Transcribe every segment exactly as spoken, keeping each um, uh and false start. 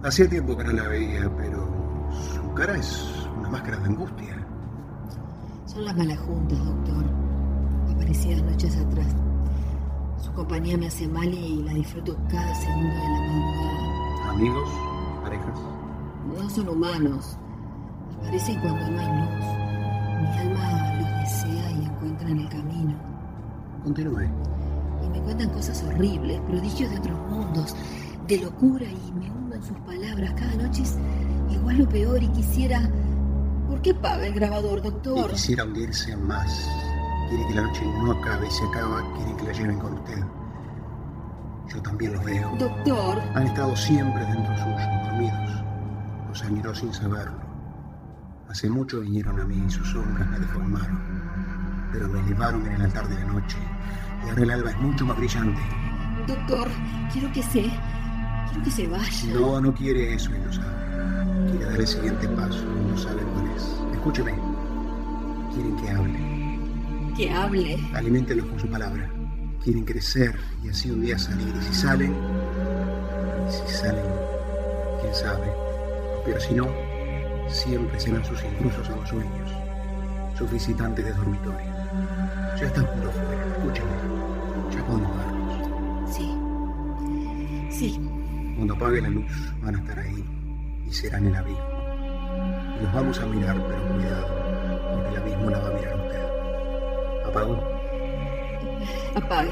Hacía tiempo que no la veía, pero su cara es una máscara de angustia. Son las malas juntas, doctor. Aparecidas noches atrás. Su compañía me hace mal y la disfruto cada segundo de la madrugada. ¿Amigos? ¿Parejas? No son humanos. Aparecen cuando no hay luz. Mi alma los desea y encuentra en el camino. Continúe. Y me cuentan cosas horribles, prodigios de otros mundos, de locura, y me hundo en sus palabras. Cada noche es igual o peor y quisiera... ¿Por qué paga el grabador, doctor? Y quisiera hundirse más. Quiere que la noche no acabe y si acaba, quiere que la lleven con usted. Yo también los veo. Doctor. Han estado siempre dentro suyo, dormidos. Los admiró sin saberlo. Hace mucho vinieron a mí y sus sombras me deformaron. Pero me elevaron en el altar de la noche. Y ahora el alba es mucho más brillante. Doctor, quiero que se... Quiero que se vaya. No, no quiere eso y lo sabe. Quiere dar el siguiente paso y no sabe cuál es. Escúcheme. Quieren que hable. Que hable. Aliméntenlos con su palabra. Quieren crecer y así un día salir. Y si salen... Y si salen... Quién sabe. Pero si no... Siempre serán sus intrusos en los sueños. Sus visitantes de dormitorio. Ya está oscuro fuera. Escúcheme. Ya podemos verlos. Sí. Sí. Cuando apague la luz van a estar ahí. Y serán el abismo. Y los vamos a mirar, pero cuidado, porque el abismo la va a mirar a usted. ¿Apagó? Apague.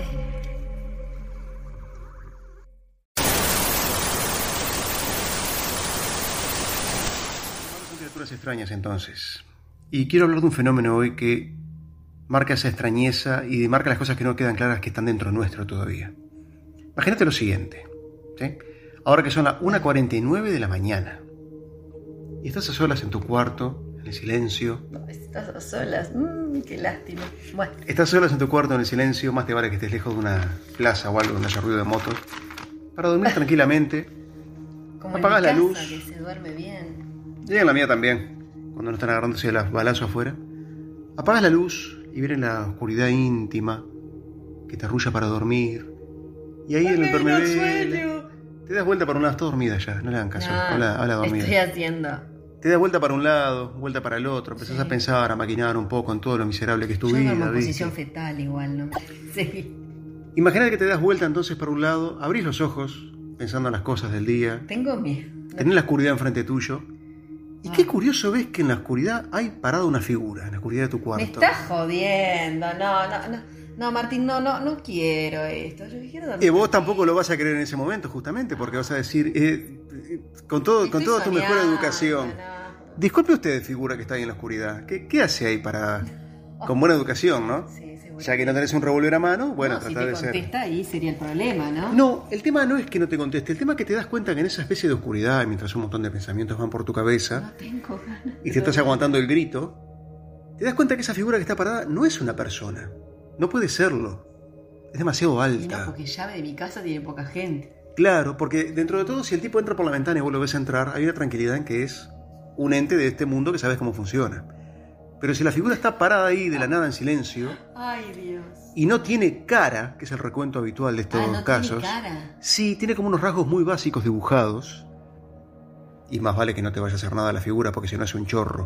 Son criaturas extrañas entonces. Y quiero hablar de un fenómeno hoy que marca esa extrañeza y marca las cosas que no quedan claras que están dentro nuestro todavía. Imagínate lo siguiente, ¿sí? Ahora que son las una cuarenta y nueve de la mañana. Y estás a solas en tu cuarto, en el silencio. No, estás a solas. Mmm, qué lástima. Bueno. Estás solas en tu cuarto, en el silencio. Más te vale que estés lejos de una plaza o algo donde haya ruido de motos. Para dormir tranquilamente. Como apagás en mi la casa, luz. que se duerme bien. Y en la mía también. Cuando no están agarrándose los balazos afuera. Apagas la luz y viene la oscuridad íntima que te arrulla para dormir. Y ahí en el permebel te das vuelta para un lado. Estás dormida ya, no le hagan caso. No, habla, habla dormida. estoy haciendo. Te das vuelta para un lado, vuelta para el otro. Empezás Sí. a pensar, a maquinar un poco en todo lo miserable que es tu Yo vida. duermo en ¿viste? posición fetal igual, ¿no? Sí. Imagínate que te das vuelta entonces para un lado, abrís los ojos pensando en las cosas del día. Tengo miedo. Tenés la oscuridad enfrente tuyo. Y Ah. qué curioso ves que en la oscuridad hay parada una figura, en la oscuridad de tu cuarto. Me estás jodiendo. No, no, no. No, Martín, no, no, no quiero esto. Yo quiero dormir. Y vos tampoco lo vas a querer en ese momento, justamente, porque vas a decir, eh, eh, con todo, con Estoy toda tu mejor soñando, educación. no. Disculpe usted, figura que está ahí en la oscuridad. ¿Qué, qué hace ahí para... con buena educación, ¿no? Sí, seguro. Ya que no tenés un revólver a mano, bueno, no, si tratar te de ser... contesta ahí sería el problema, ¿no? No, el tema no es que no te conteste, el tema es que te das cuenta que en esa especie de oscuridad, mientras un montón de pensamientos van por tu cabeza, No tengo ganas. y te estás aguantando el grito, te das cuenta que esa figura que está parada no es una persona. No puede serlo. Es demasiado Y no, alta. porque llave de mi casa tiene poca gente. Claro, porque dentro de todo, si el tipo entra por la ventana y vos lo ves entrar, hay una tranquilidad en que es un ente de este mundo que sabes cómo funciona. Pero si la figura está parada ahí de la nada en silencio Ay, Dios. y no tiene cara, que es el recuento habitual de estos Ah, no casos, tiene cara. sí, tiene como unos rasgos muy básicos dibujados, y más vale que no te vaya a hacer nada a la figura porque si no es un chorro.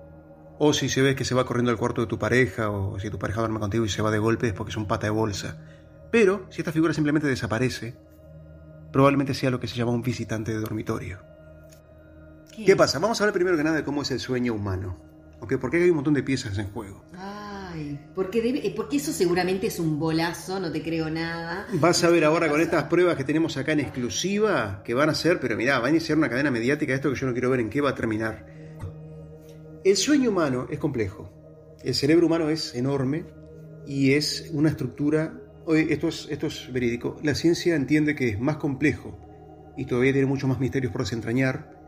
O si se ve que se va corriendo al cuarto de tu pareja, o si tu pareja duerme contigo y se va de golpe es porque es un pata de bolsa. Pero si esta figura simplemente desaparece, probablemente sea lo que se llama un visitante de dormitorio. ¿Qué? ¿Qué pasa? Vamos a hablar primero que nada de cómo es el sueño humano. ¿Okay? Porque hay un montón de piezas en juego. Ay, porque, debe, eh, porque eso seguramente es un bolazo, no te creo nada. Vas a ver ahora con estas pruebas que tenemos acá en exclusiva, que van a ser, pero mirá, va a iniciar una cadena mediática esto que yo no quiero ver en qué va a terminar. El sueño humano es complejo. El cerebro humano es enorme y es una estructura... Oye, esto es, esto es verídico. La ciencia entiende que es más complejo y todavía tiene muchos más misterios por desentrañar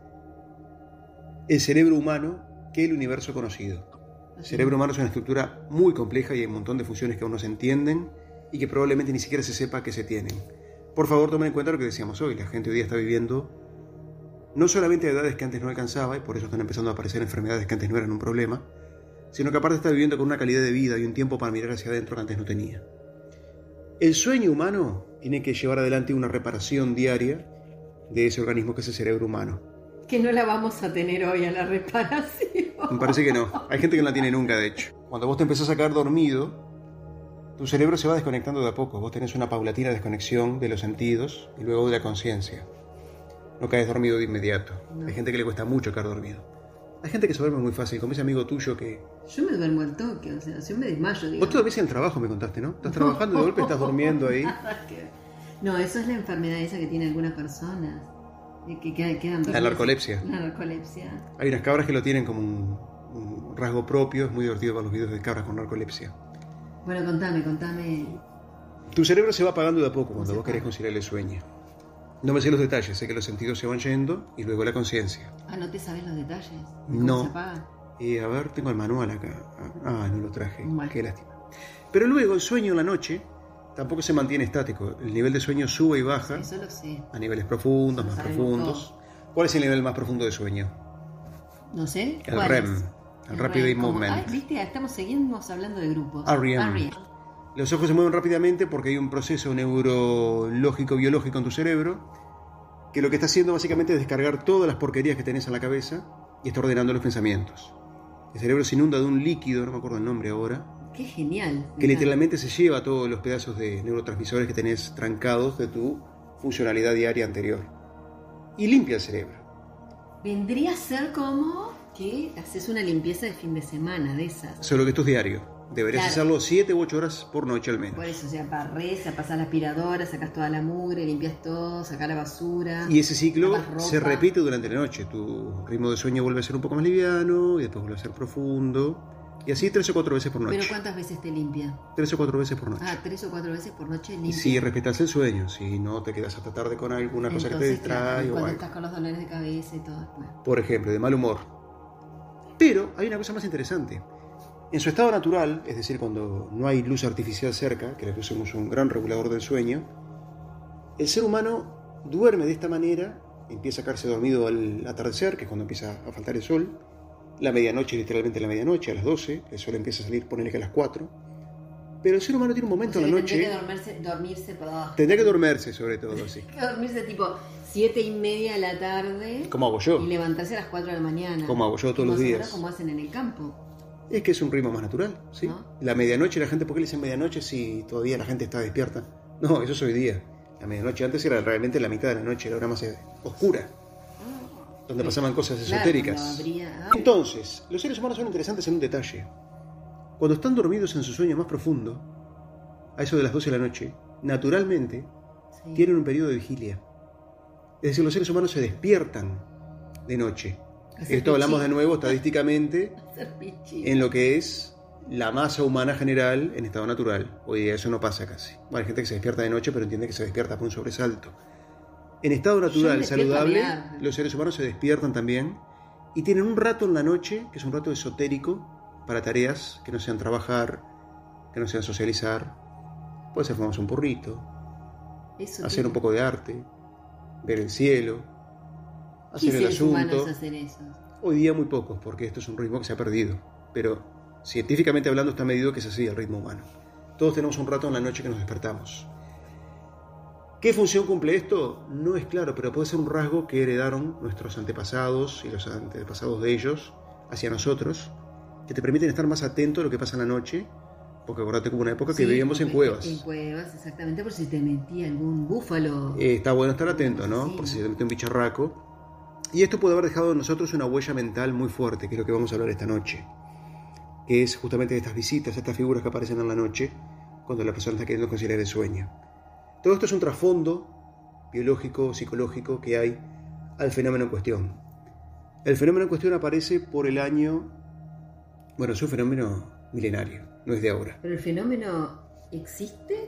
el cerebro humano que el universo conocido. El cerebro humano es una estructura muy compleja y hay un montón de funciones que aún no se entienden y que probablemente ni siquiera se sepa que se tienen. Por favor, tomen en cuenta lo que decíamos hoy. La gente hoy día está viviendo no solamente a edades que antes no alcanzaba, y por eso están empezando a aparecer enfermedades que antes no eran un problema, sino que aparte está viviendo con una calidad de vida y un tiempo para mirar hacia adentro que antes no tenía. El sueño humano tiene que llevar adelante una reparación diaria de ese organismo que es el cerebro humano. Que no la vamos a tener hoy a la reparación. Me parece que no. Hay gente que no la tiene nunca, de hecho. Cuando vos te empezás a quedar dormido, tu cerebro se va desconectando de a poco. Vos tenés una paulatina desconexión de los sentidos y luego de la conciencia. No caes dormido de inmediato. No. Hay gente que le cuesta mucho quedar dormido. Hay gente que se duerme muy fácil, como ese amigo tuyo que... Yo me duermo al toque, o sea, yo me desmayo, digamos. Vos todavía en el trabajo me contaste, ¿no? Estás trabajando y de golpe estás durmiendo ahí. No, eso es la enfermedad esa que tienen algunas personas. Que quedan la narcolepsia. La narcolepsia. Hay unas cabras que lo tienen como un, un rasgo propio. Es muy divertido ver los videos de cabras con narcolepsia. Bueno, contame, contame. Tu cerebro se va apagando de a poco cuando vos querés conciliar el sueño. No me sé los detalles, sé que los sentidos se van yendo y luego la conciencia. Ah, ¿no te sabes los detalles? ¿Cómo no. se apaga? Eh, a ver, tengo el manual acá. Ah, no lo traje. Bueno. Qué lástima. Pero luego el sueño en la noche tampoco se mantiene estático. El nivel de sueño sube y baja. Sí, eso lo sé. A niveles profundos, más profundos. Todo. ¿Cuál es el nivel más profundo de sueño? No sé. El R E M, es? el, el Rapid Eye Movement. Ah, viste, estamos seguimos hablando de grupos. R E M. Los ojos se mueven rápidamente porque hay un proceso neurológico, biológico en tu cerebro que lo que está haciendo básicamente es descargar todas las porquerías que tenés en la cabeza y está ordenando los pensamientos. El cerebro se inunda de un líquido, no me acuerdo el nombre ahora. ¡Qué genial! Que literalmente se lleva todos los pedazos de neurotransmisores que tenés trancados de tu funcionalidad diaria anterior. Y limpia el cerebro. Vendría a ser como que haces una limpieza de fin de semana, de esas. Solo que esto es diario. Deberías claro. hacerlo siete u ocho horas por noche al menos. Por eso, o sea, barres, pasas la aspiradora, sacas toda la mugre, limpias todo, sacas la basura. Y ese ciclo se repite durante la noche. Tu ritmo de sueño vuelve a ser un poco más liviano y después vuelve a ser profundo. Y así tres o cuatro veces por noche. ¿Pero cuántas veces te limpia? Tres o cuatro veces por noche. Ah, tres o cuatro veces por noche limpia. Y si respetas el sueño, si no te quedas hasta tarde con alguna cosa Entonces, que te distrae. Claro, o cuando algo. estás con los dolores de cabeza y todo después. Por ejemplo, de mal humor. Pero hay una cosa más interesante. En su estado natural, es decir, cuando no hay luz artificial cerca, que la luz es un gran regulador del sueño, el ser humano duerme de esta manera, empieza a quedarse dormido al atardecer, que es cuando empieza a faltar el sol, la medianoche, literalmente la medianoche, a las doce, el sol empieza a salir, ponele que a las cuatro, pero el ser humano tiene un momento o sea, en la noche... Tendría que dormirse, dormirse perdón. Tendría que dormirse, sobre todo, sí. Tendría que dormirse tipo siete y media de la tarde. Como hago yo. Y levantarse a las cuatro de la mañana. Como hago yo todos los días. Como hacen en el campo. Es que es un ritmo más natural, ¿sí? ¿No? La medianoche, la gente, ¿por qué le dicen medianoche si todavía la gente está despierta? No, eso es hoy día. La medianoche antes era realmente la mitad de la noche, la hora más oscura, oh, donde sí. pasaban cosas esotéricas. Claro, habría... ah. Entonces, los seres humanos son interesantes en un detalle. Cuando están dormidos en su sueño más profundo, a eso de las doce de la noche, naturalmente sí. tienen un periodo de vigilia. Es decir, los seres humanos se despiertan de noche. Esto hablamos de nuevo estadísticamente en lo que es la masa humana general en estado natural. Hoy día eso no pasa casi. Bueno, hay gente que se despierta de noche pero entiende que se despierta por un sobresalto. En estado natural, saludable, los seres humanos se despiertan también y tienen un rato en la noche, que es un rato esotérico, para tareas que no sean trabajar, que no sean socializar. Puede ser fumarse un porrito, eso hacer tiene. un poco de arte, ver el cielo, hacer el asunto. Hacer eso? Hoy día muy pocos, porque esto es un ritmo que se ha perdido. Pero científicamente hablando está medido que es así el ritmo humano. Todos tenemos un rato en la noche que nos despertamos. ¿Qué función cumple esto? No es claro, pero puede ser un rasgo que heredaron nuestros antepasados y los antepasados de ellos hacia nosotros, que te permiten estar más atento a lo que pasa en la noche, porque acordate que hubo una época que sí, vivíamos en cuevas. En cuevas, exactamente, por si te metía algún búfalo. Eh, está bueno estar atento, ¿no? Sí. Por si te mete un bicharraco. Y esto puede haber dejado en nosotros una huella mental muy fuerte, que es lo que vamos a hablar esta noche, que es justamente de estas visitas, estas figuras que aparecen en la noche, cuando la persona está queriendo conciliar el sueño. Todo esto es un trasfondo biológico, psicológico que hay al fenómeno en cuestión. El fenómeno en cuestión aparece por el año... Bueno, es un fenómeno milenario, no es de ahora. ¿Pero el fenómeno existe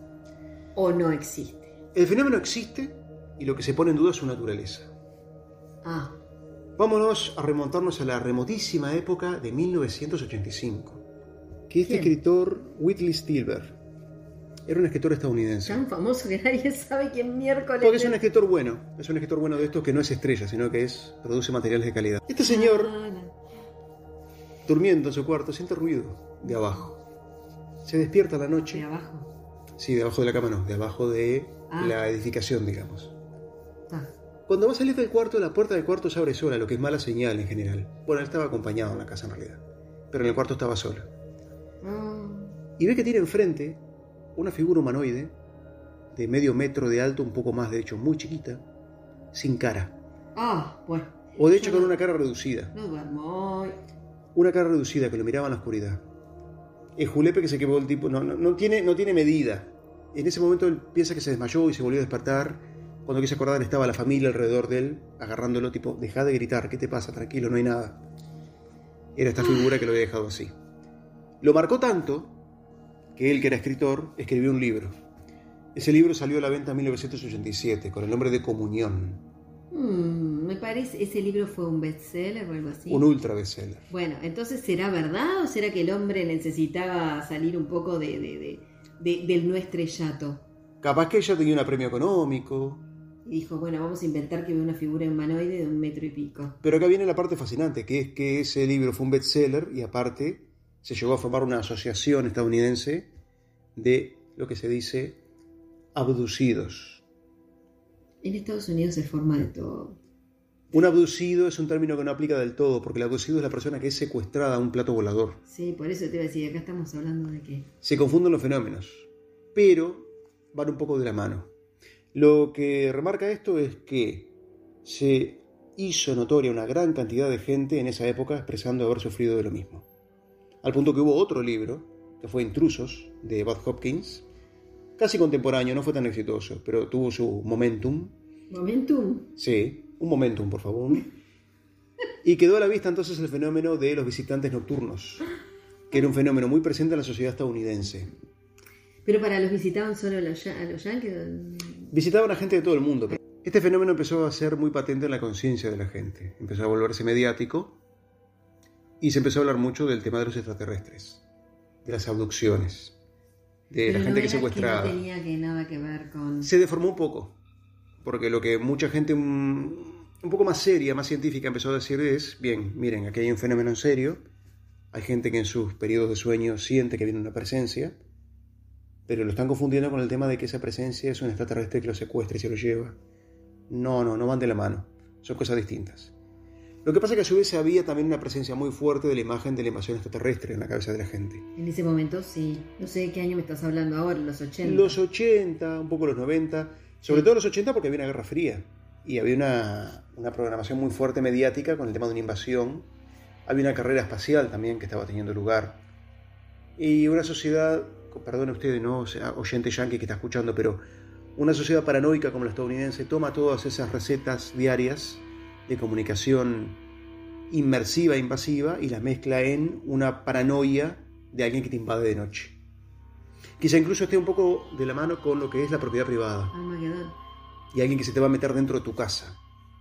o no existe? El fenómeno existe y lo que se pone en duda es su naturaleza. Ah. Vámonos a remontarnos a la remotísima época de mil novecientos ochenta y cinco, que este ¿Quién? escritor, Whitley Strieber, era un escritor estadounidense. Tan famoso que nadie sabe quién miércoles... Porque es un escritor bueno, es un escritor bueno de estos que no es estrella, sino que es produce materiales de calidad. Este señor, ah, no. durmiendo en su cuarto, siente ruido de abajo. Se despierta a la noche. ¿De abajo? Sí, de abajo de la cama no, de abajo de ah. la edificación, digamos. Ah. Cuando va a salir del cuarto, la puerta del cuarto se abre sola, lo que es mala señal en general. Bueno, él estaba acompañado en la casa en realidad, pero en el cuarto estaba solo. Y ve que tiene enfrente una figura humanoide de medio metro de alto, un poco más de hecho, muy chiquita, sin cara. Ah, bueno. O de hecho no, con una cara reducida. No duermo hoy. Una cara reducida que lo miraba en la oscuridad. El julepe que se quedó el tipo, no, no, no, tiene, no tiene medida. En ese momento él piensa que se desmayó y se volvió a despertar. Cuando quiso acordar estaba la familia alrededor de él, agarrándolo tipo, deja de gritar, ¿qué te pasa? Tranquilo, no hay nada. Era esta figura que lo había dejado así. Lo marcó tanto que él, que era escritor, escribió un libro. Ese libro salió a la venta en mil novecientos ochenta y siete con el nombre de Comunión. Hmm, me parece, ese libro fue un bestseller o algo así. Un ultra bestseller. Bueno, entonces, ¿será verdad o será que el hombre necesitaba salir un poco de, de, de, de, del no estrellato? Capaz que ella tenía un premio económico. Y dijo, bueno, vamos a inventar que ve una figura humanoide de un metro y pico. Pero acá viene la parte fascinante, que es que ese libro fue un bestseller y aparte se llegó a formar una asociación estadounidense de lo que se dice abducidos. En Estados Unidos se forma de todo. Un abducido es un término que no aplica del todo, porque el abducido es la persona que es secuestrada a un plato volador. Sí, por eso te iba a decir, acá estamos hablando de qué. Se confunden los fenómenos, pero van un poco de la mano. Lo que remarca esto es que se hizo notoria una gran cantidad de gente en esa época expresando haber sufrido de lo mismo. Al punto que hubo otro libro, que fue Intrusos, de Bob Hopkins, casi contemporáneo, no fue tan exitoso, pero tuvo su momentum. ¿Momentum? Sí, un momentum, por favor. Y quedó a la vista entonces el fenómeno de los visitantes nocturnos, que era un fenómeno muy presente en la sociedad estadounidense. ¿Pero para los visitaban solo los, a los yankees? Visitaban a gente de todo el mundo. Este fenómeno empezó a ser muy patente en la conciencia de la gente. Empezó a volverse mediático y se empezó a hablar mucho del tema de los extraterrestres, de las abducciones, de Pero la no gente que era secuestraba. Que no tenía que nada que ver con... Se deformó un poco, porque lo que mucha gente un, un poco más seria, más científica empezó a decir es, bien, miren, aquí hay un fenómeno en serio, hay gente que en sus periodos de sueño siente que viene una presencia, pero lo están confundiendo con el tema de que esa presencia es un extraterrestre que lo secuestra y se lo lleva. No, no, no van de la mano, son cosas distintas. Lo que pasa es que a su vez había también una presencia muy fuerte de la imagen de la invasión extraterrestre en la cabeza de la gente. En ese momento sí. No sé de qué año me estás hablando ahora, los ochenta. Los ochenta, un poco los noventa, sobre sí. todo los ochenta porque había una guerra fría y había una, una programación muy fuerte mediática con el tema de una invasión. Había una carrera espacial también que estaba teniendo lugar. Y una sociedad, perdone usted, no, o sea, oyente yankee que está escuchando, pero una sociedad paranoica como la estadounidense toma todas esas recetas diarias de comunicación inmersiva e invasiva y las mezcla en una paranoia de alguien que te invade de noche. Quizá incluso esté un poco de la mano con lo que es la propiedad privada. Armagedón. Y alguien que se te va a meter dentro de tu casa.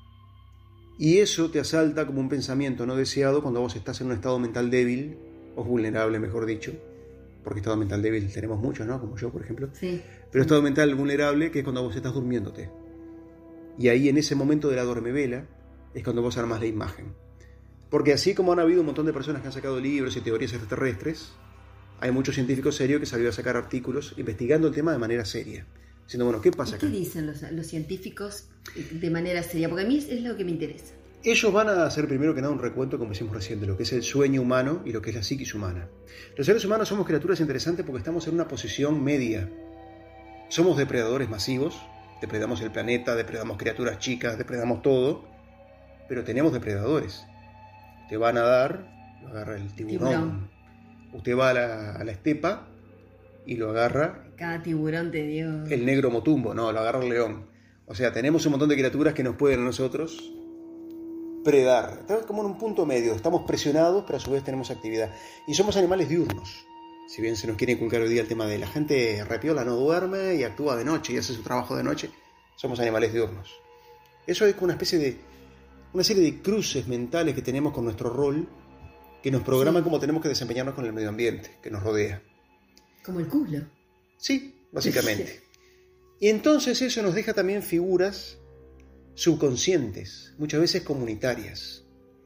Y eso te asalta como un pensamiento no deseado cuando vos estás en un estado mental débil, o vulnerable mejor dicho, porque estado mental débil tenemos muchos, ¿no? Como yo, por ejemplo. Sí. Pero estado mental vulnerable, que es cuando vos estás durmiéndote. Y ahí en ese momento de la dormevela es cuando vos armás la imagen. Porque así como han habido un montón de personas que han sacado libros y teorías extraterrestres, hay muchos científicos serios que salieron a sacar artículos investigando el tema de manera seria. Diciendo, bueno, ¿qué pasa acá? ¿Qué dicen los, los científicos de manera seria? Porque a mí es lo que me interesa. Ellos van a hacer primero que nada un recuento, como decimos recién, de lo que es el sueño humano y lo que es la psiquis humana. Los seres humanos somos criaturas interesantes porque estamos en una posición media. Somos depredadores masivos, depredamos el planeta, depredamos criaturas chicas, depredamos todo, pero tenemos depredadores. Usted va a nadar, lo agarra el tiburón. tiburón. Usted va a la, a la estepa y lo agarra... Cada tiburón te dio... El negro motumbo, no, lo agarra el león. O sea, tenemos un montón de criaturas que nos pueden a nosotros predar. Estamos como en un punto medio, estamos presionados, pero a su vez tenemos actividad. Y somos animales diurnos. Si bien se nos quiere inculcar hoy día el tema de la gente repiola, no duerme y actúa de noche y hace su trabajo de noche, somos animales diurnos. Eso es como una especie de... una serie de cruces mentales que tenemos con nuestro rol que nos programan sí. cómo tenemos que desempeñarnos con el medio ambiente que nos rodea. Como el culo. Sí, básicamente. Y entonces eso nos deja también figuras subconscientes, muchas veces comunitarias.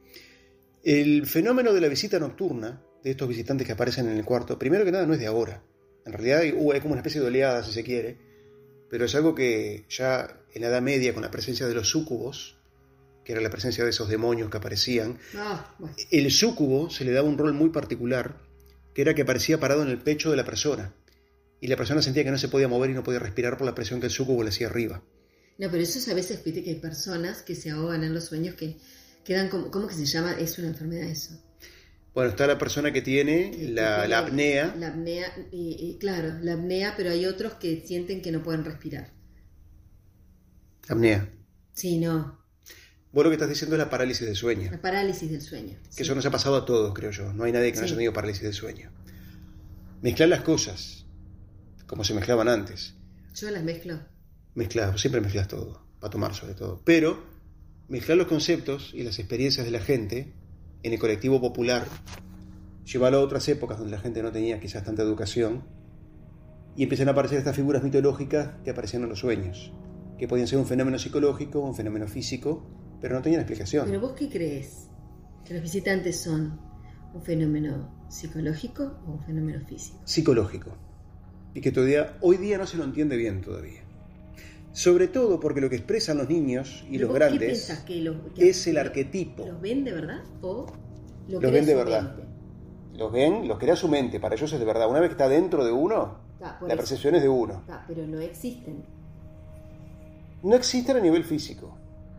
El fenómeno de la visita nocturna, de estos visitantes que aparecen en el cuarto, primero que nada no es de ahora. En realidad hay, hay como una especie de oleada, si se quiere, pero es algo que ya en la Edad Media, con la presencia de los súcubos, que era la presencia de esos demonios que aparecían, Ah, bueno. el súcubo se le daba un rol muy particular, que era que aparecía parado en el pecho de la persona, y la persona sentía que no se podía mover y no podía respirar por la presión que el súcubo le hacía arriba. No, pero eso a veces, viste que hay personas que se ahogan en los sueños que quedan como, ¿cómo que se llama? Es una enfermedad eso. Bueno, está la persona que tiene Que- la, que la tiene apnea. La apnea, y, y claro, la apnea, pero hay otros que sienten que no pueden respirar. Apnea. Sí, no, Vos lo que estás diciendo es la parálisis de sueño. la parálisis del sueño. Que sí. eso nos ha pasado a todos, creo yo. No hay nadie que no Sí. haya tenido parálisis de sueño. Mezclar las cosas, como se mezclaban antes. Yo las mezclo. Mezclas, siempre mezclas todo, para tomar sobre todo. Pero mezclar los conceptos y las experiencias de la gente en el colectivo popular, llevarlo a otras épocas donde la gente no tenía quizás tanta educación, y empiezan a aparecer estas figuras mitológicas que aparecían en los sueños, que podían ser un fenómeno psicológico, un fenómeno físico, pero no tenían explicación. ¿Pero vos qué crees? ¿Que los visitantes son un fenómeno psicológico o un fenómeno físico? Psicológico. Y que todavía, hoy día no se lo entiende bien todavía. Sobre todo porque lo que expresan los niños y ¿Pero los vos qué grandes pensás, que los- que- es el arquetipo. ¿Los ven de verdad o lo Los cree ven de su verdad. mente? Los ven, los crea su mente, para ellos es de verdad. Una vez que está dentro de uno, Ah, por la eso. percepción es de uno. Ah, pero no existen. No existen a nivel físico.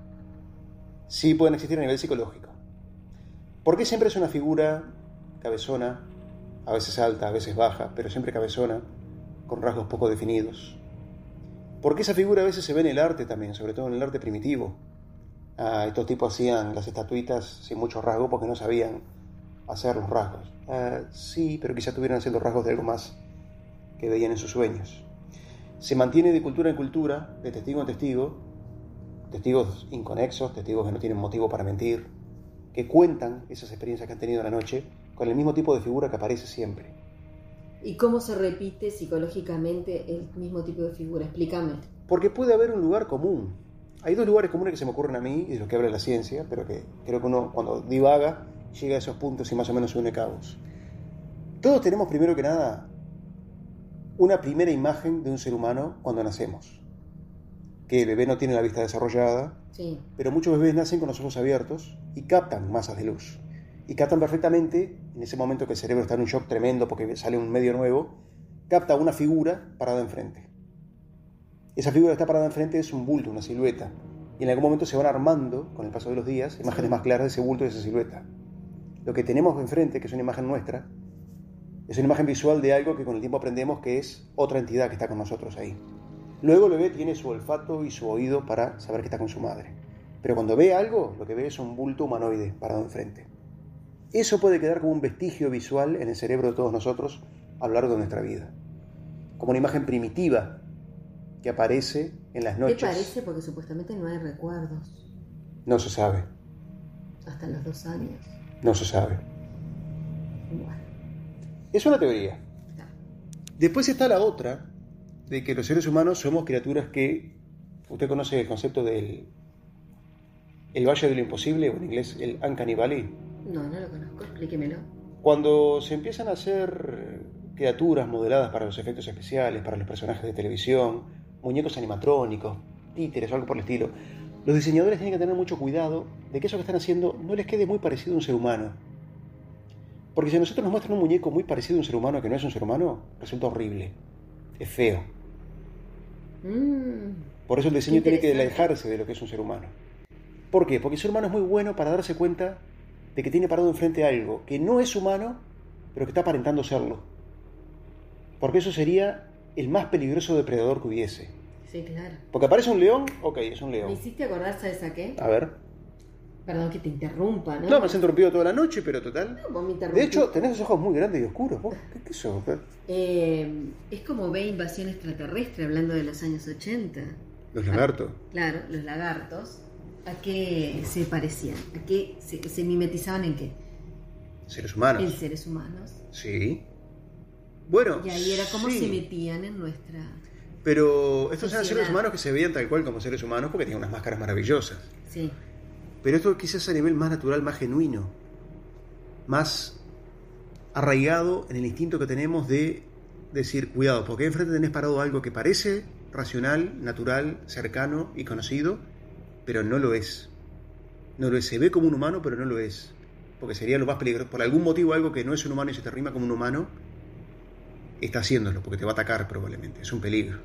Sí pueden existir a nivel psicológico. Porque siempre es una figura cabezona, a veces alta, a veces baja, pero siempre cabezona, con rasgos poco definidos. Porque esa figura a veces se ve en el arte también, sobre todo en el arte primitivo. Ah, estos tipos hacían las estatuitas sin mucho rasgo porque no sabían hacer los rasgos. Ah, sí, pero quizá estuvieran haciendo rasgos de algo más que veían en sus sueños. Se mantiene de cultura en cultura, de testigo en testigo, testigos inconexos, testigos que no tienen motivo para mentir, que cuentan esas experiencias que han tenido en la noche con el mismo tipo de figura que aparece siempre. ¿Y cómo se repite psicológicamente el mismo tipo de figura? Explícame. Porque puede haber un lugar común. Hay dos lugares comunes que se me ocurren a mí, y de los que habla la ciencia, pero que creo que uno cuando divaga llega a esos puntos y más o menos une cabos. Todos tenemos primero que nada una primera imagen de un ser humano cuando nacemos. Que el bebé no tiene la vista desarrollada, Sí. pero muchos bebés nacen con los ojos abiertos y captan masas de luz. Y captan perfectamente, en ese momento que el cerebro está en un shock tremendo porque sale un medio nuevo, capta una figura parada enfrente. Esa figura que está parada enfrente es un bulto, una silueta. Y en algún momento se van armando, con el paso de los días, imágenes más claras de ese bulto y de esa silueta. Lo que tenemos enfrente, que es una imagen nuestra, es una imagen visual de algo que con el tiempo aprendemos que es otra entidad que está con nosotros ahí. Luego el bebé tiene su olfato y su oído para saber que está con su madre. Pero cuando ve algo, lo que ve es un bulto humanoide parado enfrente. Eso puede quedar como un vestigio visual en el cerebro de todos nosotros a lo largo de nuestra vida. Como una imagen primitiva que aparece en las noches. ¿Te parece? Porque supuestamente no hay recuerdos No se sabe, hasta los dos años. no se sabe. Bueno, Es una teoría. está. Después está la otra, de que los seres humanos somos criaturas que... Usted conoce el concepto del el Valle de lo Imposible, o en inglés el Uncanny Valley. No, no lo conozco. Explíquemelo. Cuando se empiezan a hacer criaturas modeladas para los efectos especiales, para los personajes de televisión, muñecos animatrónicos, títeres o algo por el estilo, los diseñadores tienen que tener mucho cuidado de que eso que están haciendo no les quede muy parecido a un ser humano. Porque si a nosotros nos muestran un muñeco muy parecido a un ser humano que no es un ser humano, resulta horrible, es feo. Mm, Por eso el diseño Qué tiene que interesante. alejarse de lo que es un ser humano. ¿Por qué? Porque el ser humano es muy bueno para darse cuenta de que tiene parado enfrente algo que no es humano, pero que está aparentando serlo. Porque eso sería el más peligroso depredador que hubiese. sí, claro. Porque aparece un león, ok, es un Me león. hiciste acordar, ¿sabes a qué? A ver. Perdón que te interrumpa, ¿no? No, me has interrumpido toda la noche, pero total. No, vos me De interrumpiste. hecho, tenés los ojos muy grandes y oscuros. ¿Vos? ¿Qué, qué sos? Eh, es como ve Invasión Extraterrestre, hablando de los años ochenta. Los lagartos. Claro, los lagartos. ¿A qué se parecían? ¿A qué se, se mimetizaban en qué? Seres humanos. En seres humanos. Sí. Bueno, Y ahí era como sí. se metían en nuestra... Pero estos eran Sociedad. seres humanos que se veían tal cual como seres humanos porque tenían unas máscaras maravillosas. Sí. Pero esto quizás a nivel más natural, más genuino, más arraigado en el instinto que tenemos de decir, cuidado, porque ahí enfrente tenés parado algo que parece racional, natural, cercano y conocido, pero no lo es. No lo es. Se ve como un humano, pero no lo es. Porque sería lo más peligroso. Por algún motivo, algo que no es un humano y se te rima como un humano, está haciéndolo, porque te va a atacar probablemente. Es un peligro.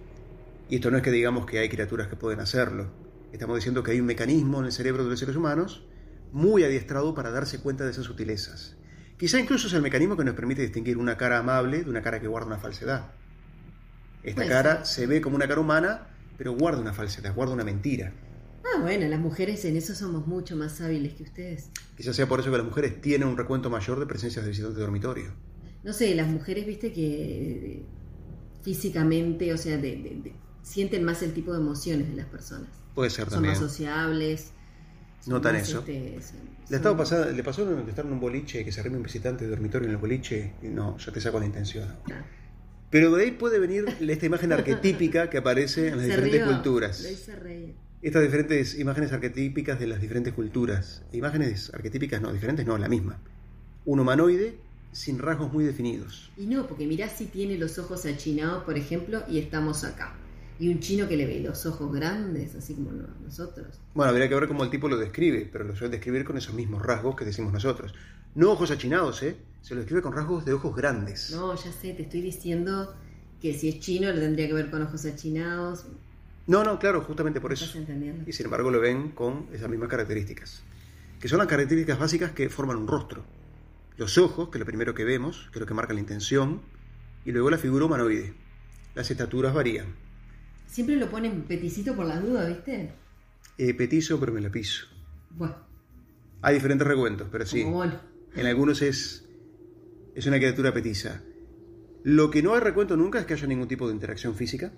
Y esto no es que digamos que hay criaturas que pueden hacerlo. Estamos diciendo que hay un mecanismo en el cerebro de los seres humanos muy adiestrado para darse cuenta de esas sutilezas. Quizá incluso es el mecanismo que nos permite distinguir una cara amable de una cara que guarda una falsedad. Esta Puede cara ser. se ve como una cara humana, pero guarda una falsedad, guarda una mentira. Ah, bueno, las mujeres en eso somos mucho más hábiles que ustedes. Quizás sea por eso que las mujeres tienen un recuento mayor de presencias de visitantes de dormitorio. No sé, las mujeres, viste que eh, físicamente, o sea, de, de, de, sienten más el tipo de emociones de las personas. Puede ser Son también. más sociables. son Notan más, eso. este, son- Le, son- estaba pasando, le pasó de estar en un boliche que se arrime un visitante de dormitorio en el boliche y no, ya te saco la intención. Ah, Pero de ahí puede venir esta imagen arquetípica que aparece en las se diferentes rió, culturas. lo hice reír. Estas diferentes imágenes arquetípicas de las diferentes culturas. Imágenes arquetípicas no, diferentes no, la misma. Un humanoide sin rasgos muy definidos. Y no, porque mirá si tiene los ojos achinados, por ejemplo, y estamos acá. Y un chino que le ve los ojos grandes, así como no- nosotros. Bueno, habría que ver cómo el tipo lo describe, pero lo suele describir con esos mismos rasgos que decimos nosotros. No ojos achinados, ¿eh? Se lo describe con rasgos de ojos grandes. No, ya sé, te estoy diciendo que si es chino lo tendría que ver con ojos achinados. No, no, claro, justamente por ¿Me eso. estás entendiendo? Y sin embargo lo ven con esas mismas características. Que son las características básicas que forman un rostro. Los ojos, que es lo primero que vemos, que es lo que marca la intención, y luego la figura humanoide. Las estaturas varían. Siempre lo ponen peticito por las dudas, ¿viste? Eh, petizo, pero me la piso. Bueno, Hay diferentes recuentos, pero sí. como bueno. En algunos es, es una criatura petiza. Lo que no hay recuento nunca es que haya ningún tipo de interacción física.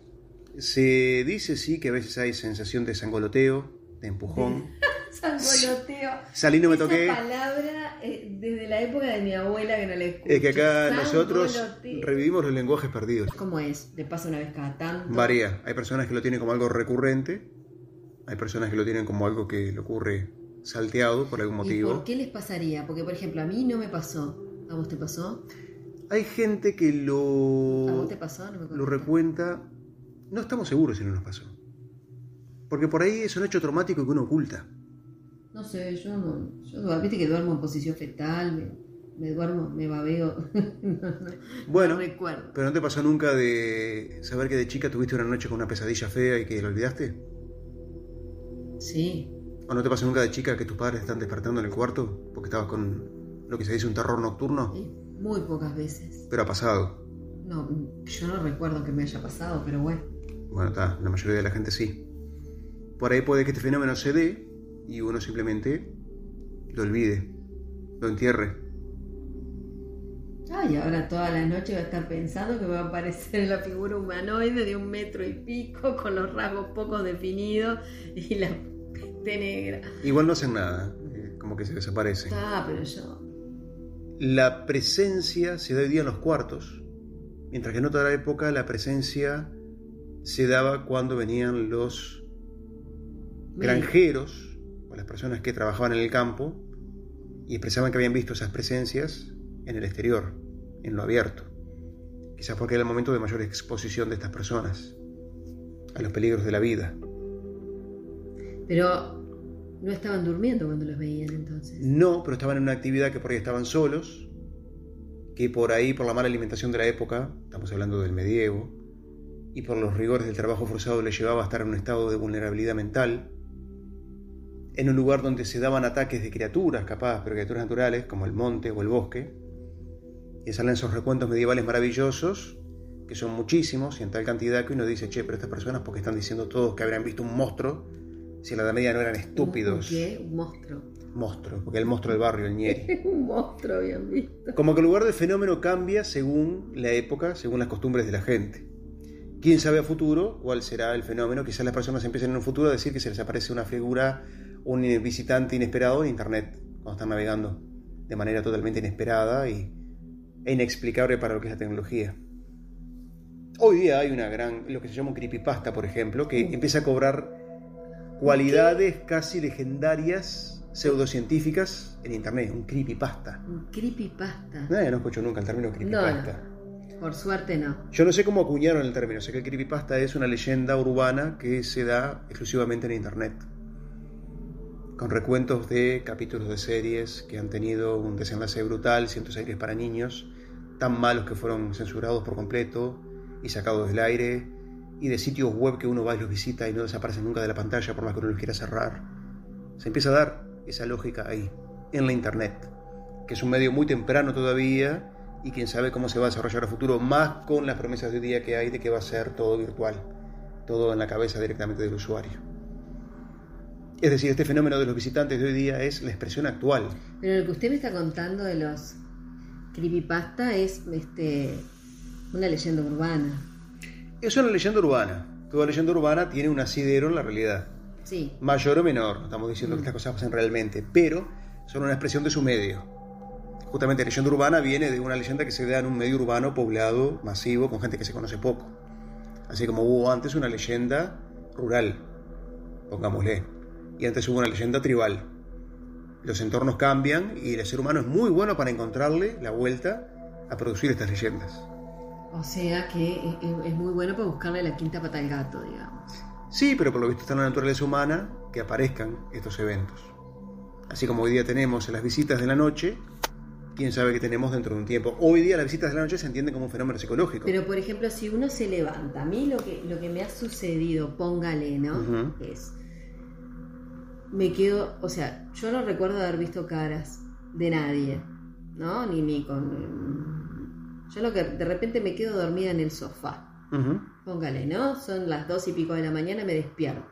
Se dice sí que a veces hay sensación de sangoloteo, de empujón. Sangoloteo. Salí no me Esa toqué. palabra eh, desde la época de mi abuela que no la escucho. Es que acá nosotros Sangoloteo. revivimos los lenguajes perdidos. ¿Cómo es? ¿Le pasa una vez cada tanto? Varía. Hay personas que lo tienen como algo recurrente. Hay personas que lo tienen como algo que le ocurre salteado por algún ¿Y motivo. por qué les pasaría? Porque, por ejemplo, a mí no me pasó. ¿A vos te pasó? Hay gente que ¿A lo, vos te pasó? No me lo acuerdo. recuenta. No estamos seguros si no nos pasó. Porque por ahí es un hecho traumático que uno oculta. No sé, yo no. Yo, viste que duermo en posición fetal, me, me duermo, me babeo. no, no, Bueno, no recuerdo. pero ¿no te pasó nunca de saber que de chica tuviste una noche con una pesadilla fea y que la olvidaste? Sí. ¿O no te pasó nunca de chica que tus padres te están despertando en el cuarto porque estabas con lo que se dice un terror nocturno? sí, muy pocas veces. Pero ha pasado. No, yo no recuerdo que me haya pasado, pero bueno. Bueno, está, la mayoría de la gente sí. Por ahí puede que este fenómeno se dé y uno simplemente lo olvide, lo entierre. Ay, ahora toda la noche va a estar pensando que va a aparecer la figura humanoide de un metro y pico con los rasgos poco definidos y la peste negra. Igual no hacen nada, eh, como que se desaparecen. Ah, pero yo... La presencia se da hoy día en los cuartos, mientras que en otra época la presencia se daba cuando venían los granjeros o las personas que trabajaban en el campo y expresaban que habían visto esas presencias en el exterior, en lo abierto. Quizás porque era el momento de mayor exposición de estas personas a los peligros de la vida. Pero no estaban durmiendo cuando los veían entonces. No, pero estaban en una actividad que por ahí estaban solos, que por ahí, por la mala alimentación de la época, estamos hablando del medievo, y por los rigores del trabajo forzado les llevaba a estar en un estado de vulnerabilidad mental, en un lugar donde se daban ataques de criaturas, capaz, pero criaturas naturales, como el monte o el bosque, y salen esos recuentos medievales maravillosos, que son muchísimos y en tal cantidad que uno dice, che, pero estas personas, ¿por qué están diciendo todos que habrían visto un monstruo si en la Edad Media no eran estúpidos? ¿Un qué? Un monstruo. Monstruo, porque el monstruo del barrio, el ñeri. Un monstruo habían visto. Como que el lugar del fenómeno cambia según la época, según las costumbres de la gente. ¿Quién sabe a futuro cuál será el fenómeno? Quizás las personas empiecen en un futuro a decir que se les aparece una figura, un visitante inesperado en internet, cuando están navegando de manera totalmente inesperada y, e inexplicable para lo que es la tecnología. Hoy día hay una gran, lo que se llama un creepypasta, por ejemplo, que empieza a cobrar cualidades casi legendarias, pseudocientíficas en internet. Un creepypasta. Un creepypasta. No, no escucho nunca el término creepypasta. No, Por suerte no. Yo no sé cómo acuñaron el término, sé que el creepypasta es una leyenda urbana que se da exclusivamente en internet, con recuentos de capítulos de series que han tenido un desenlace brutal, cientos de series para niños, tan malos que fueron censurados por completo y sacados del aire, y de sitios web que uno va y los visita y no desaparecen nunca de la pantalla por más que uno los quiera cerrar. Se empieza a dar esa lógica ahí, en la internet, que es un medio muy temprano todavía, y quién sabe cómo se va a desarrollar a futuro, más con las promesas de hoy día que hay de que va a ser todo virtual, todo en la cabeza directamente del usuario. Es decir, este fenómeno de los visitantes de hoy día es la expresión actual. Pero lo que usted me está contando de los creepypasta es este, una leyenda urbana. Es una leyenda urbana. Toda leyenda urbana tiene un asidero en la realidad. Sí. Mayor o menor, no estamos diciendo Mm. que estas cosas pasen realmente, pero son una expresión de su medio. Justamente la leyenda urbana viene de una leyenda que se da en un medio urbano poblado, masivo, con gente que se conoce poco. Así como hubo antes una leyenda rural, pongámosle, y antes hubo una leyenda tribal. Los entornos cambian y el ser humano es muy bueno para encontrarle la vuelta a producir estas leyendas. O sea que es, es muy bueno para buscarle la quinta pata al gato, digamos. Sí, pero por lo visto está en la naturaleza humana que aparezcan estos eventos. Así como hoy día tenemos en las visitas de la noche, quién sabe qué tenemos dentro de un tiempo. Hoy día las visitas de la noche se entienden como un fenómeno psicológico. Pero por ejemplo, si uno se levanta, a mí lo que, lo que me ha sucedido, póngale, ¿no? Uh-huh. Es, me quedo, o sea, yo no recuerdo haber visto caras de nadie, ¿no? Ni, ni con... Yo lo que de repente me quedo dormida en el sofá. Uh-huh. Póngale, ¿no? Son las dos y pico de la mañana, me despierto.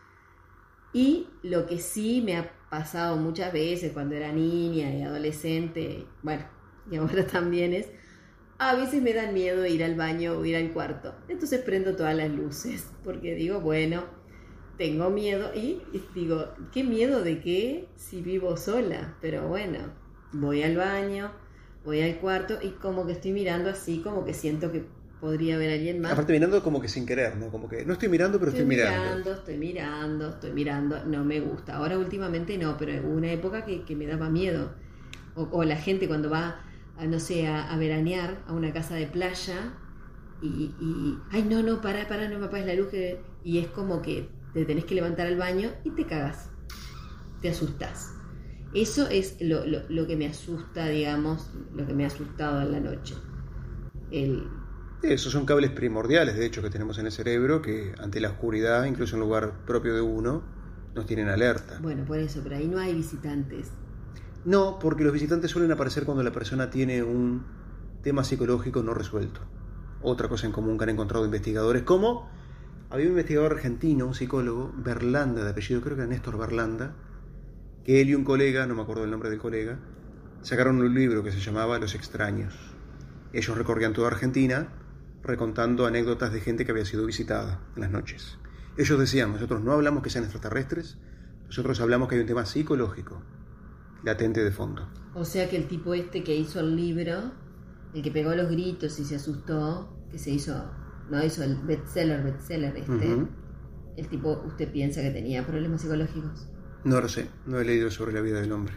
Y lo que sí me ha pasado muchas veces cuando era niña y adolescente, bueno, y ahora también es, a veces me da miedo ir al baño o ir al cuarto. Entonces prendo todas las luces, porque digo, bueno, tengo miedo y digo, ¿qué miedo de qué si vivo sola? Pero bueno, voy al baño, voy al cuarto y como que estoy mirando así, como que siento que podría haber alguien más. Aparte mirando como que sin querer, ¿no? Como que no estoy mirando, pero estoy, estoy mirando. mirando. Estoy mirando, estoy mirando, no me gusta. Ahora últimamente no, pero hubo una época que, que me daba miedo. O, o la gente cuando va, a, no sé, a, a veranear a una casa de playa y, y ay no, no, pará, pará, no me apagues la luz. Que... Y es como que te tenés que levantar al baño y te cagas, te asustas. Eso es lo, lo, lo que me asusta, digamos, lo que me ha asustado en la noche. El... Esos son cables primordiales, de hecho, que tenemos en el cerebro, que ante la oscuridad, incluso en un lugar propio de uno, nos tienen alerta. Bueno, por eso, pero ahí no hay visitantes. No, porque los visitantes suelen aparecer cuando la persona tiene un tema psicológico no resuelto. Otra cosa en común que han encontrado investigadores, como había un investigador argentino, un psicólogo, Berlanda de apellido, creo que era Néstor Berlanda, que él y un colega, no me acuerdo el nombre del colega, sacaron un libro que se llamaba Los extraños. Ellos recorrían toda Argentina recontando anécdotas de gente que había sido visitada en las noches. Ellos decían, nosotros no hablamos que sean extraterrestres, nosotros hablamos que hay un tema psicológico latente de fondo. O sea que el tipo este que hizo el libro, el que pegó los gritos y se asustó, que se hizo, no hizo el bestseller, bestseller este, uh-huh. El tipo, ¿usted piensa que tenía problemas psicológicos? No lo sé, no he leído sobre la vida del hombre.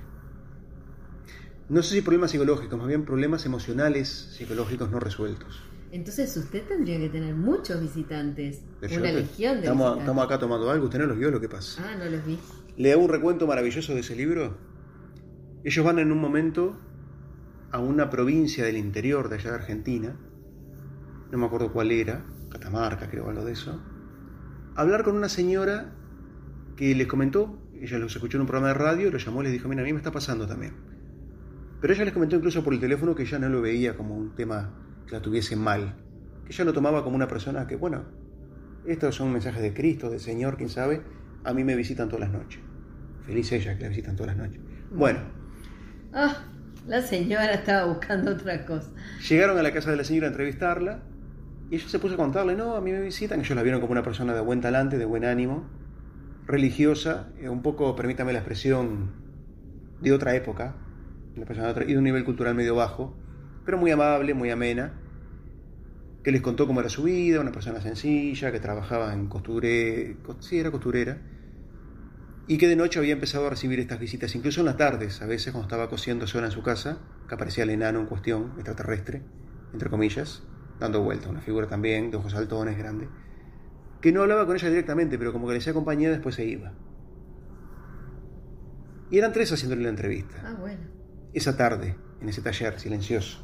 No sé si problemas psicológicos, más bien problemas emocionales psicológicos no resueltos. Entonces usted tendría que tener muchos visitantes, Pero una te, legión de estamos, visitantes. Estamos acá tomando algo, ¿usted no los vio lo que pasa? Ah, no los vi. Le hago un recuento maravilloso de ese libro. Ellos van en un momento a una provincia del interior de allá de Argentina, no me acuerdo cuál era, Catamarca creo, algo de eso, a hablar con una señora que les comentó, ella los escuchó en un programa de radio, lo llamó y les dijo, mira, a mí me está pasando también. Pero ella les comentó incluso por el teléfono que ella no lo veía como un tema que la tuviese mal, que ella lo tomaba como una persona que, bueno, estos son mensajes de Cristo, del Señor, quién sabe, a mí me visitan todas las noches. Feliz ella que la visitan todas las noches. Bueno. Ah, la señora estaba buscando otra cosa. Llegaron a la casa de la señora a entrevistarla y ella se puso a contarle, no, a mí me visitan. Ellos la vieron como una persona de buen talante, de buen ánimo, religiosa, un poco, permítame la expresión, de otra época, una persona de otra, y de un nivel cultural medio bajo, pero muy amable, muy amena, que les contó cómo era su vida, una persona sencilla, que trabajaba en costurera, sí, era costurera, y que de noche había empezado a recibir estas visitas, incluso en las tardes, a veces cuando estaba cosiendo sola en su casa, que aparecía el enano en cuestión, extraterrestre, entre comillas, dando vuelta, una figura también, de ojos saltones, grande, que no hablaba con ella directamente, pero como que le hacía compañía, después se iba. Y eran tres haciéndole la entrevista. Ah, bueno. Esa tarde, en ese taller silencioso.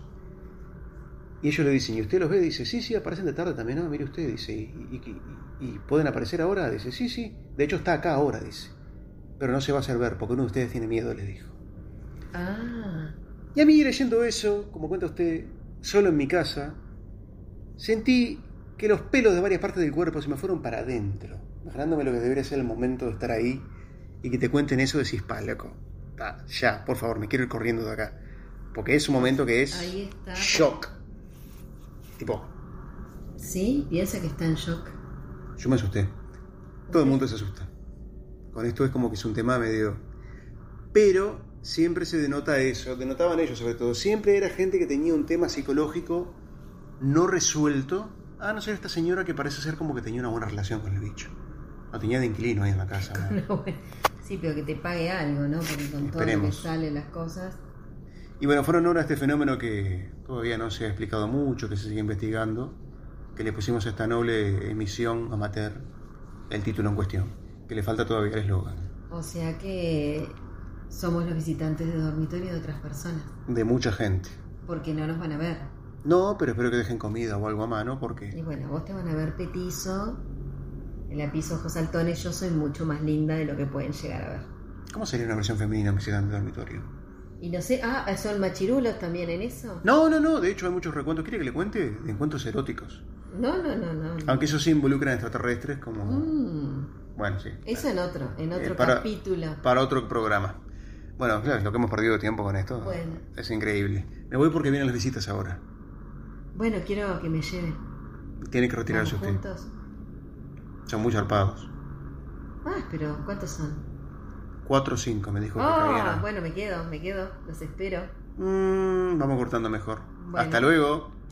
Y ellos le dicen, ¿y usted los ve? Dice, sí, sí, aparecen de tarde también. No, mire usted, dice, ¿y, y, y, y pueden aparecer ahora? Dice, sí, sí, de hecho está acá ahora, dice. Pero no se va a hacer ver, porque uno de ustedes tiene miedo, le dijo. Ah. Y a mí, leyendo eso, como cuenta usted, solo en mi casa, sentí que los pelos de varias partes del cuerpo se me fueron para adentro, imaginándome lo que debería ser el momento de estar ahí y que te cuenten eso, decís, pa, loco, pa, ya, por favor, me quiero ir corriendo de acá. Porque es un momento que es Ahí está. shock. Tipo, Sí, piensa que está en shock. yo me asusté. Todo el mundo se asusta. Con esto es como que es un tema medio... Pero siempre se denota eso, denotaban ellos sobre todo. Siempre era gente que tenía un tema psicológico no resuelto. A no ser esta señora que parece ser como que tenía una buena relación con el bicho. Lo tenía de inquilino ahí en la casa, ¿no? No, bueno. Sí, pero que te pague algo, ¿no? Porque con todo lo que Esperemos. salen las cosas... Y bueno, fueron horas de este fenómeno que todavía no se ha explicado mucho, que se sigue investigando, que le pusimos a esta noble emisión amateur el título en cuestión, que le falta todavía el eslogan. O sea que somos los visitantes de dormitorio de otras personas, De mucha gente. porque no nos van a ver. No, pero espero que dejen comida o algo a mano, Y porque... bueno, vos te van a ver petizo, en la piso ojos saltones, yo soy mucho más linda de lo que pueden llegar a ver. ¿Cómo sería una versión femenina en visitante de dormitorio? Y no sé, ah, ¿son machirulos también en eso? No, no, no, de hecho hay muchos recuentos. ¿Quiere que le cuente? De encuentros eróticos. No, no, no, no. no. Aunque eso sí involucran extraterrestres como... Mm, Bueno, sí. eso en otro, en otro Eh, para- capítulo. Para otro programa. Bueno, claro, lo que hemos perdido tiempo con esto Bueno. es increíble. Me voy porque vienen las visitas ahora. Bueno, quiero que me lleven. Tiene que retirarse Vamos usted. juntos. Son muy zarpados. Ah, pero ¿cuántos son? Cuatro o cinco, me dijo que Ah, cabían. bueno, me quedo, me quedo, los espero. Mm, vamos cortando mejor. Bueno. Hasta luego.